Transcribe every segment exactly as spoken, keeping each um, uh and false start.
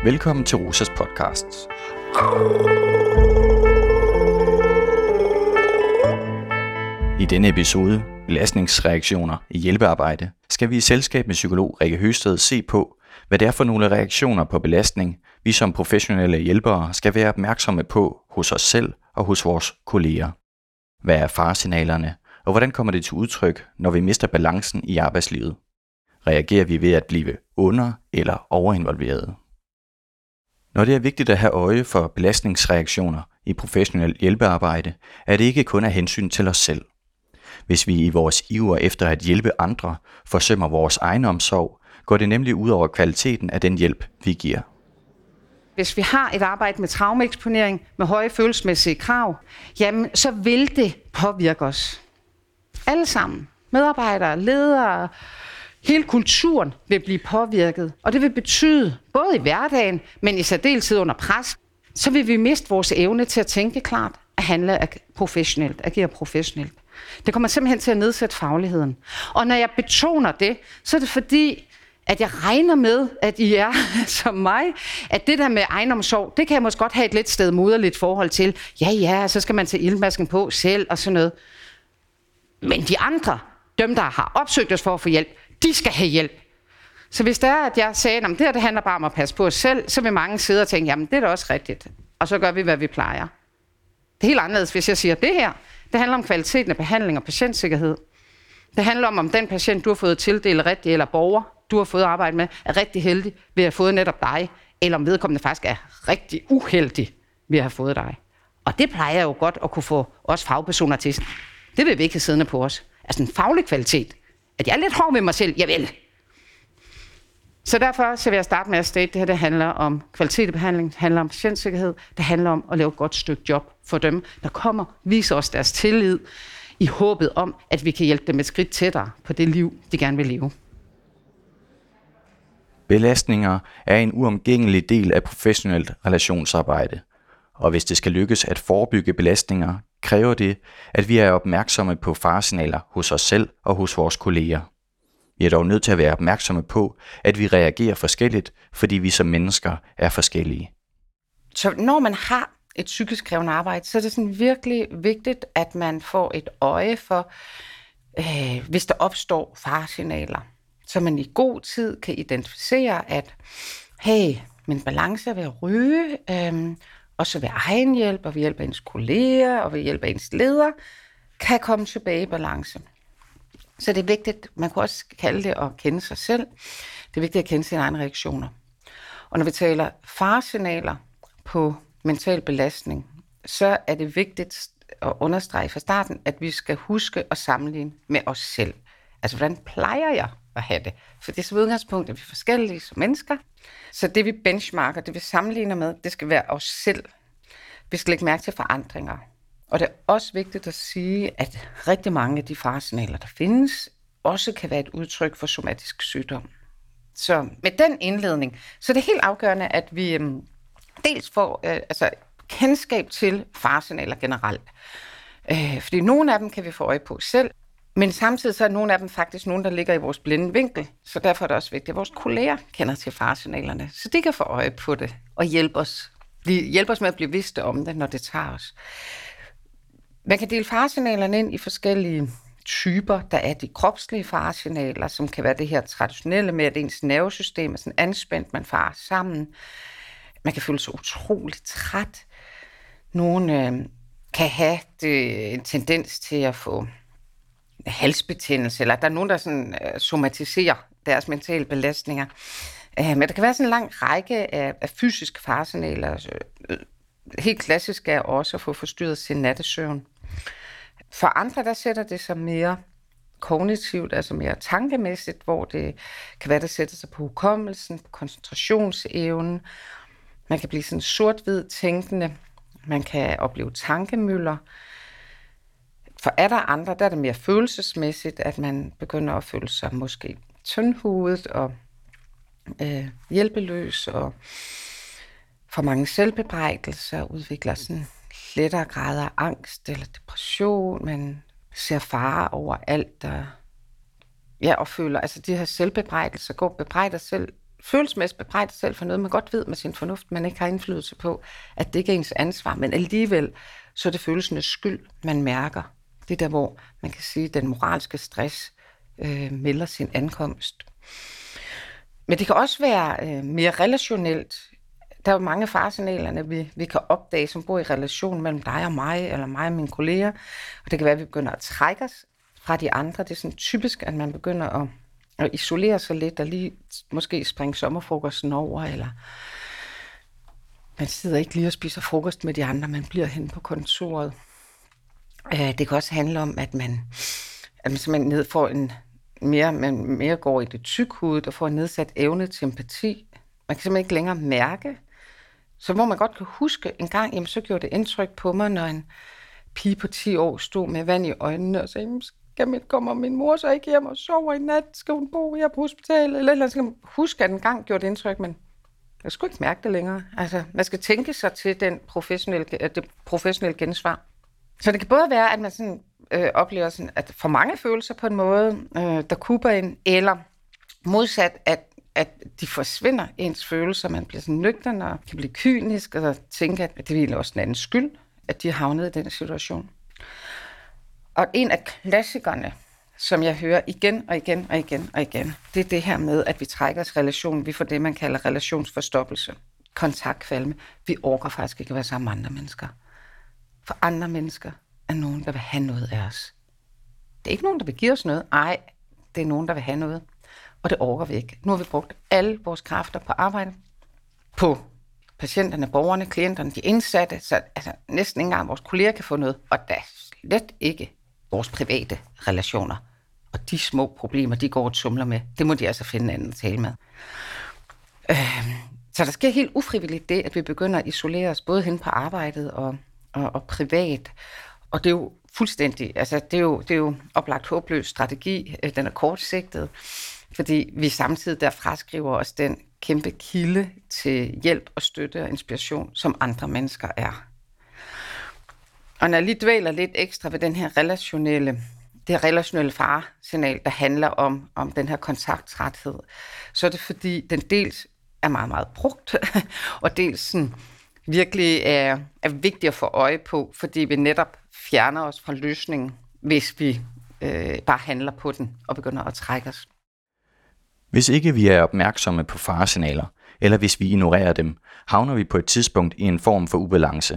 Velkommen til Rosas podcasts. I denne episode, belastningsreaktioner i hjælpearbejde, skal vi i selskab med psykolog Rikke Høsted se på, hvad det er for nogle reaktioner på belastning, vi som professionelle hjælpere skal være opmærksomme på hos os selv og hos vores kolleger. Hvad er faresignalerne, og hvordan kommer det til udtryk, når vi mister balancen i arbejdslivet? Reagerer vi ved at blive under- eller overinvolveret? Når det er vigtigt at have øje for belastningsreaktioner i professionelt hjælpearbejde, er det ikke kun af hensyn til os selv. Hvis vi i vores iver efter at hjælpe andre forsømmer vores egen omsorg, går det nemlig ud over kvaliteten af den hjælp, vi giver. Hvis vi har et arbejde med traumeeksponering, med høje følelsesmæssige krav, jamen så vil det påvirke os. Alle sammen. Medarbejdere, ledere, hele kulturen vil blive påvirket. Og det vil betyde, både i hverdagen, men i særdeleshed under pres, så vil vi miste vores evne til at tænke klart, at handle professionelt, agere professionelt. Det kommer simpelthen til at nedsætte fagligheden. Og når jeg betoner det, så er det fordi, at jeg regner med, at I er som mig, at det der med egenomsorg, det kan jeg måske godt have et lidt stedmoderligt forhold til. Ja, ja, så skal man tage iltmasken på selv og sådan noget. Men de andre, dem der har opsøgt os for at få hjælp, de skal have hjælp. Så hvis det er, at jeg sagde, at det her det handler bare om at passe på os selv, så vil mange sidde og tænke, jamen det er da også rigtigt. Og så gør vi, hvad vi plejer. Det er helt anderledes, hvis jeg siger, at det her, det handler om kvaliteten af behandling og patientsikkerhed. Det handler om, om den patient, du har fået tildelt rigtig, eller borger, du har fået arbejde med, er rigtig heldig ved at have fået netop dig, eller om vedkommende faktisk er rigtig uheldig ved at have fået dig. Og det plejer jeg jo godt at kunne få os fagpersoner til. Det vil vi ikke have siddende på os. Altså en faglig kvalitet. At jeg er lidt hård ved mig selv, javel. Så derfor så vil jeg starte med at state, det her det handler om kvalitet i behandling, det handler om patientsikkerhed, det handler om at lave et godt stykke job for dem, der kommer, viser os deres tillid, i håbet om, at vi kan hjælpe dem et skridt tættere på det liv, de gerne vil leve. Belastninger er en uomgængelig del af professionelt relationsarbejde, og hvis det skal lykkes at forebygge belastninger, kræver det, at vi er opmærksomme på faresignaler hos os selv og hos vores kolleger. Vi er dog nødt til at være opmærksomme på, at vi reagerer forskelligt, fordi vi som mennesker er forskellige. Så når man har et psykisk krævende arbejde, så er det sådan virkelig vigtigt, at man får et øje for, øh, hvis der opstår faresignaler. Så man i god tid kan identificere, at hey, min balance er ved at ryge, øh, og så ved egen hjælp, og ved hjælp af ens kolleger, og ved hjælp af ens leder, kan komme tilbage i balance. Så det er vigtigt, man kan også kalde det at kende sig selv. Det er vigtigt at kende sine egne reaktioner. Og når vi taler faresignaler på mental belastning, så er det vigtigt at understrege fra starten, at vi skal huske at sammenligne med os selv. Altså, hvordan plejer jeg at have det? For det er som udgangspunkt, at vi er forskellige som mennesker. Så det vi benchmarker, det vi sammenligner med, det skal være os selv. Vi skal lægge mærke til forandringer. Og det er også vigtigt at sige, at rigtig mange af de faresignaler, der findes, også kan være et udtryk for somatisk sygdom. Så med den indledning, så er det helt afgørende, at vi øhm, dels får øh, altså, kendskab til faresignaler generelt. Øh, fordi nogle af dem kan vi få øje på selv, men samtidig så er nogle af dem faktisk nogle, der ligger i vores blinde vinkel. Så derfor er det også vigtigt, at vores kolleger kender til faresignalerne, så de kan få øje på det og hjælpe os, hjælpe os med at blive vidste om det, når det tager os. Man kan dele faresignalerne ind i forskellige typer. Der er de kropslige faresignaler, som kan være det her traditionelle med, at ens nervesystem er sådan anspændt, man farer sammen. Man kan føle sig utroligt træt. Nogle øh, kan have det, en tendens til at få halsbetændelse, eller der er nogen, der sådan, øh, somatiserer deres mentale belastninger. Øh, men der kan være sådan en lang række af, af fysiske faresignaler. Øh, helt klassisk er også at få forstyrret sin nattesøvn. For andre, der sætter det sig mere kognitivt, altså mere tankemæssigt, hvor det kan være, der sætter sig på hukommelsen, på koncentrationsevnen. Man kan blive sådan sort-hvid tænkende. Man kan opleve tankemøller. For er der andre, der er det mere følelsesmæssigt, at man begynder at føle sig måske tyndhudet og øh, hjælpeløs, og for mange selvbebrejdelser udvikler sådan lettere grader af angst eller depression. Man ser fare over alt, der ja, og føler, altså de her selvbebrejdelser, går bebrejder selv følelsesmæssigt bebrejde sig selv for noget, man godt ved med sin fornuft, man ikke har indflydelse på, at det ikke er ens ansvar, men alligevel, så er det følelsenes skyld, man mærker. Det er der, hvor man kan sige, at den moralske stress øh, melder sin ankomst. Men det kan også være øh, mere relationelt. Der er jo mange faresignaler, vi, vi kan opdage, som bor i relation mellem dig og mig, eller mig og mine kolleger. Og det kan være, at vi begynder at trække os fra de andre. Det er sådan typisk, at man begynder at, at isolere sig lidt, og lige måske springe sommerfrokosten over, eller man sidder ikke lige og spiser frokost med de andre, man bliver hen på kontoret. Det kan også handle om, at man, at man simpelthen ned får en mere, man mere går i det tykhoved, og får en nedsat evne til empati. Man kan simpelthen ikke længere mærke. Så hvor man godt kan huske en gang, jamen, så gjorde det indtryk på mig, når en pige på ti år stod med vand i øjnene og sagde, skal min, kommer min mor så ikke hjem og sover i nat? Skal hun bo her på hospitalet? Eller, eller skal man huske, at en gang gjorde det indtryk, men jeg skulle ikke mærke det længere. Altså, man skal tænke sig til den professionelle, det professionelle gensvar. Så det kan både være, at man sådan, øh, oplever sådan, at for mange følelser på en måde, øh, der kuber ind, eller modsat, at, at de forsvinder, ens følelser. Man bliver sådan nøgtern og kan blive kynisk og tænke, at det er egentlig også en anden skyld, at de er havnet i den situation. Og en af klassikerne, som jeg hører igen og igen og igen og igen, det er det her med, at vi trækker os relation. Vi får det, man kalder relationsforstoppelse, kontaktkvalme. Vi orker faktisk ikke at være sammen med andre mennesker. For andre mennesker er nogen, der vil have noget af os. Det er ikke nogen, der vil give os noget. Ej, det er nogen, der vil have noget. Og det orker vi ikke. Nu har vi brugt alle vores kræfter på arbejde, på patienterne, borgerne, klienterne, de indsatte, så altså, næsten ikke engang vores kolleger kan få noget. Og da slet ikke vores private relationer. Og de små problemer, de går og tumler med, det må de altså finde en anden at tale med. Øh, så der sker helt ufrivilligt det, at vi begynder at isolere os, både hen på arbejdet og Og, og privat. Og det er jo fuldstændig, altså det er jo, det er jo oplagt håbløs strategi, den er kortsigtet, fordi vi samtidig der fraskriver os den kæmpe kilde til hjælp og støtte og inspiration, som andre mennesker er. Og når jeg lige dvæler lidt ekstra ved den her relationelle, det her relationelle faresignal, der handler om, om den her kontakttræthed, så er det fordi, den dels er meget, meget brugt, og dels sådan virkelig er, er vigtigt at få øje på, fordi vi netop fjerner os fra løsningen, hvis vi øh, bare handler på den og begynder at trække os. Hvis ikke vi er opmærksomme på faresignaler, eller hvis vi ignorerer dem, havner vi på et tidspunkt i en form for ubalance.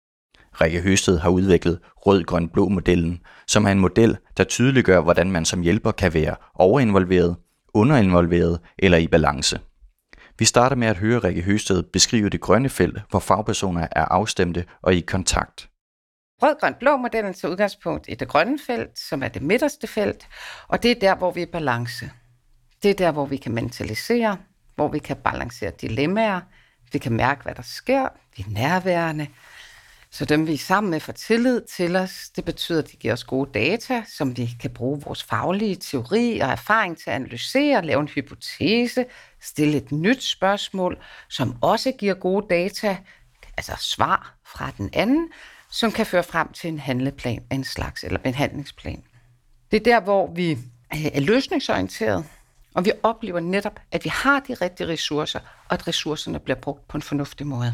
Rikke Høsted har udviklet rød-grøn-blå-modellen, som er en model, der tydeliggør, hvordan man som hjælper kan være overinvolveret, underinvolveret eller i balance. Vi starter med at høre Rikke Høsted beskrive det grønne felt, hvor fagpersoner er afstemte og i kontakt. Rød-grøn-blå-modellen tager udgangspunkt i det grønne felt, som er det midterste felt, og det er der, hvor vi er i balance. Det er der, hvor vi kan mentalisere, hvor vi kan balancere dilemmaer, vi kan mærke, hvad der sker, vi er nærværende. Så dem, vi er sammen med, får tillid til os. Det betyder, at de giver os gode data, som vi kan bruge vores faglige teori og erfaring til at analysere, lave en hypotese, stille et nyt spørgsmål, som også giver gode data, altså svar fra den anden, som kan føre frem til en handleplan af en slags, eller en handlingsplan. Det er der, hvor vi er løsningsorienteret, og vi oplever netop, at vi har de rigtige ressourcer, og at ressourcerne bliver brugt på en fornuftig måde.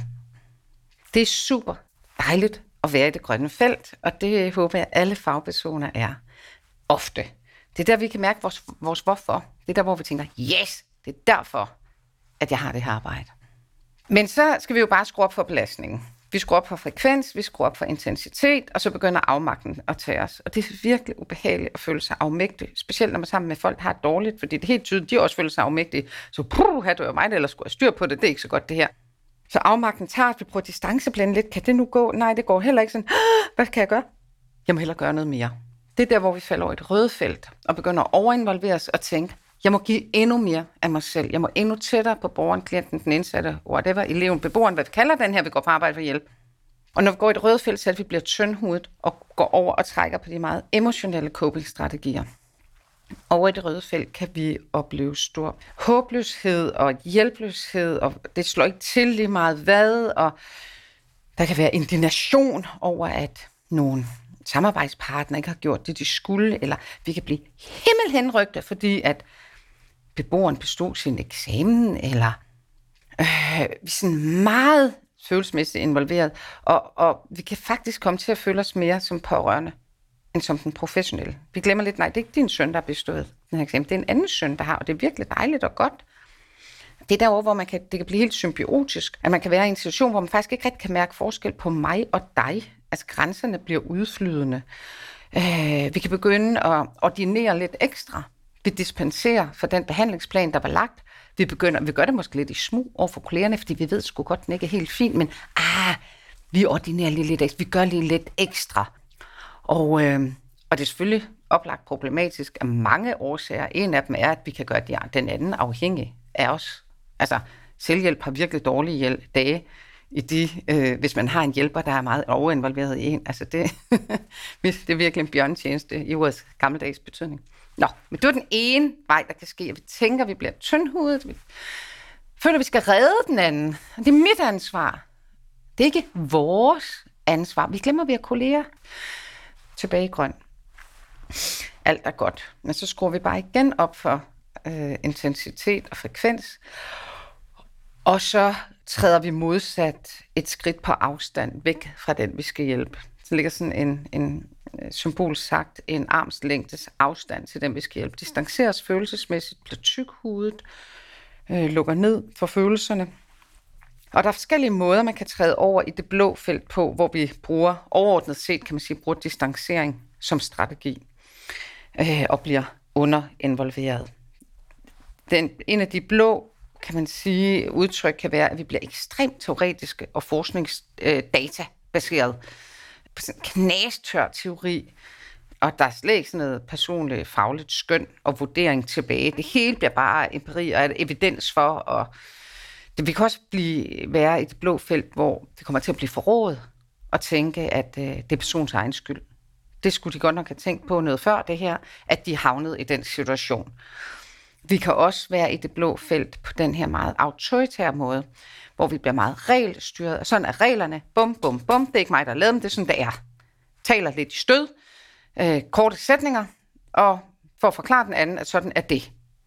Det er super dejligt at være i det grønne felt, og det håber jeg, at alle fagpersoner er ofte. Det er der, vi kan mærke vores, vores hvorfor. Det er der, hvor vi tænker, yes, det er derfor, at jeg har det her arbejde. Men så skal vi jo bare skrue op for belastningen. Vi skruer op for frekvens, vi skruer op for intensitet, og så begynder afmagten at tage os. Og det er virkelig ubehageligt at føle sig afmægtig, specielt når man sammen med folk har det dårligt, fordi det er helt tydeligt, de også føler sig afmægtige. Så puh, havde du jo mig, der ellers skulle have styr på det, det er ikke så godt det her. Så afmagten tager, at vi prøver distanceblande lidt. Kan det nu gå? Nej, det går heller ikke sådan. Hvad kan jeg gøre? Jeg må hellere gøre noget mere. Det er der, hvor vi falder over et røde felt og begynder at overinvolvere os og tænke, jeg må give endnu mere af mig selv. Jeg må endnu tættere på borgeren, klienten, den indsatte, whatever, eleven, beboeren, hvad vi kalder den her, vi går på arbejde for hjælp. Og når vi går i et røde felt, så er det, at vi bliver tyndhudet og går over og trækker på de meget emotionelle coping-strategier. Over i det røde felt kan vi opleve stor håbløshed og hjælpeløshed, og det slår ikke til lige meget hvad, og der kan være indignation over, at nogle samarbejdspartnere ikke har gjort det, de skulle, eller vi kan blive himmelhenrygte, fordi at beboeren bestod sin eksamen, eller øh, vi er sådan meget følelsesmæssigt involveret, og, og vi kan faktisk komme til at føle os mere som pårørende, end som den professionelle. Vi glemmer lidt, nej, det er ikke din søn, der har bestået den her eksamen, det er en anden søn, der har, og det er virkelig dejligt og godt. Det er derovre, hvor man kan, det kan blive helt symbiotisk, at man kan være i en situation, hvor man faktisk ikke rigtig kan mærke forskel på mig og dig. Altså grænserne bliver udflydende. Øh, vi kan begynde at ordinere lidt ekstra. Vi dispenserer for den behandlingsplan, der var lagt. Vi begynder, vi gør det måske lidt i smug over for kollegerne, fordi vi ved sgu godt, den ikke er helt fin, men ah, vi ordinerer lige lidt ekstra. Vi gør lige lidt ekstra. Og, øh, og det er selvfølgelig oplagt problematisk af mange årsager. En af dem er, at vi kan gøre den anden afhængig af os. Altså, selvhjælp har virkelig dårlige hjælp, dage, i de, øh, hvis man har en hjælper, der er meget overinvolveret i en. Altså, det, det er virkelig en bjørnetjeneste i ordets gammeldags betydning. Nå, men det er den ene vej, der kan ske, at vi tænker, at vi bliver tyndhudet. Vi føler, at vi skal redde den anden. Det er mit ansvar. Det er ikke vores ansvar. Vi glemmer, at vi er kolleger. Tilbage i grøn. Alt er godt. Men så skruer vi bare igen op for øh, intensitet og frekvens. Og så træder vi modsat et skridt på afstand væk fra den, vi skal hjælpe. Så ligger sådan en, en symbol sagt, en armslængdes afstand til den, vi skal hjælpe. Distanceres følelsesmæssigt, bliver tykhudet, øh, lukker ned for følelserne. Og der er forskellige måder, man kan træde over i det blå felt på, hvor vi bruger, overordnet set kan man sige, bruger distancering som strategi øh, og bliver underinvolveret. Den, en af de blå, kan man sige, udtryk kan være, at vi bliver ekstremt teoretiske og forskningsdatabaseret på sådan en knastør teori, og der er slet ikke sådan noget personligt, fagligt skøn og vurdering tilbage. Det hele bliver bare empiri og evidens for, og det, vi kan også blive, være i det blå felt, hvor vi kommer til at blive forrådet og tænke, at øh, det er persons egen skyld. Det skulle de godt nok have tænkt på noget før det her, at de havnede i den situation. Vi kan også være i det blå felt på den her meget autoritære måde, hvor vi bliver meget regelstyret, og sådan er reglerne, bum, bum, bum, det er ikke mig, der har lavet dem, det er sådan, det er. Taler lidt i stød, øh, korte sætninger, og for at forklare den anden, at sådan er det.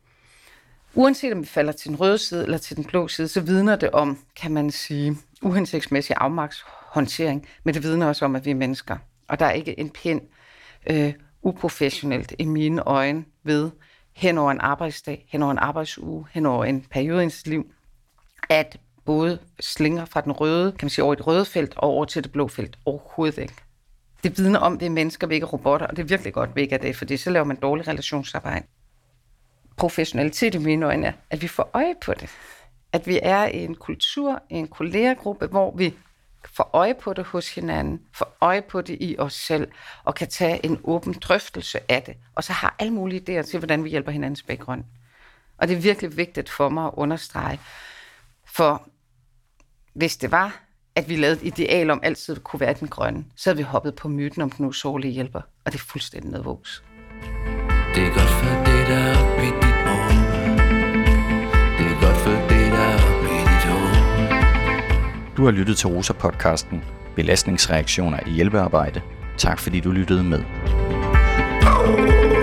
Uanset om vi falder til den røde side eller til den blå side, så vidner det om, kan man sige, uhensigtsmæssig afmagtshåndtering, men det vidner også om, at vi er mennesker. Og der er ikke en pind øh, uprofessionelt i mine øjne ved, hen over en arbejdsdag, hen over en arbejdsuge, hen over en periode i ens liv, at både slinger fra den røde, kan man sige, over et røde felt og over til det blå felt overhovedet ikke. Det vidner om, at vi er mennesker, vi ikke er robotter, og det er virkelig godt, vi ikke er det, fordi så laver man dårlig relationsarbejde. Professionalitet i mine øjne er, at vi får øje på det. At vi er i en kultur, i en kollegergruppe, hvor vi får øje på det hos hinanden, får øje på det i os selv, og kan tage en åben drøftelse af det, og så har alle mulige idéer til, hvordan vi hjælper hinandens baggrund. Og det er virkelig vigtigt for mig at understrege, for hvis det var, at vi lavede et ideal om altid kunne være den grønne, så havde vi hoppet på myten om den usårlige hjælper, og det er fuldstændig nedvågs. Det er godt for det, der er oppe i dit år. Det er godt for det, der er oppe i dit år. Du har lyttet til Rosa-podcasten Belastningsreaktioner i hjælpearbejde. Tak fordi du lyttede med.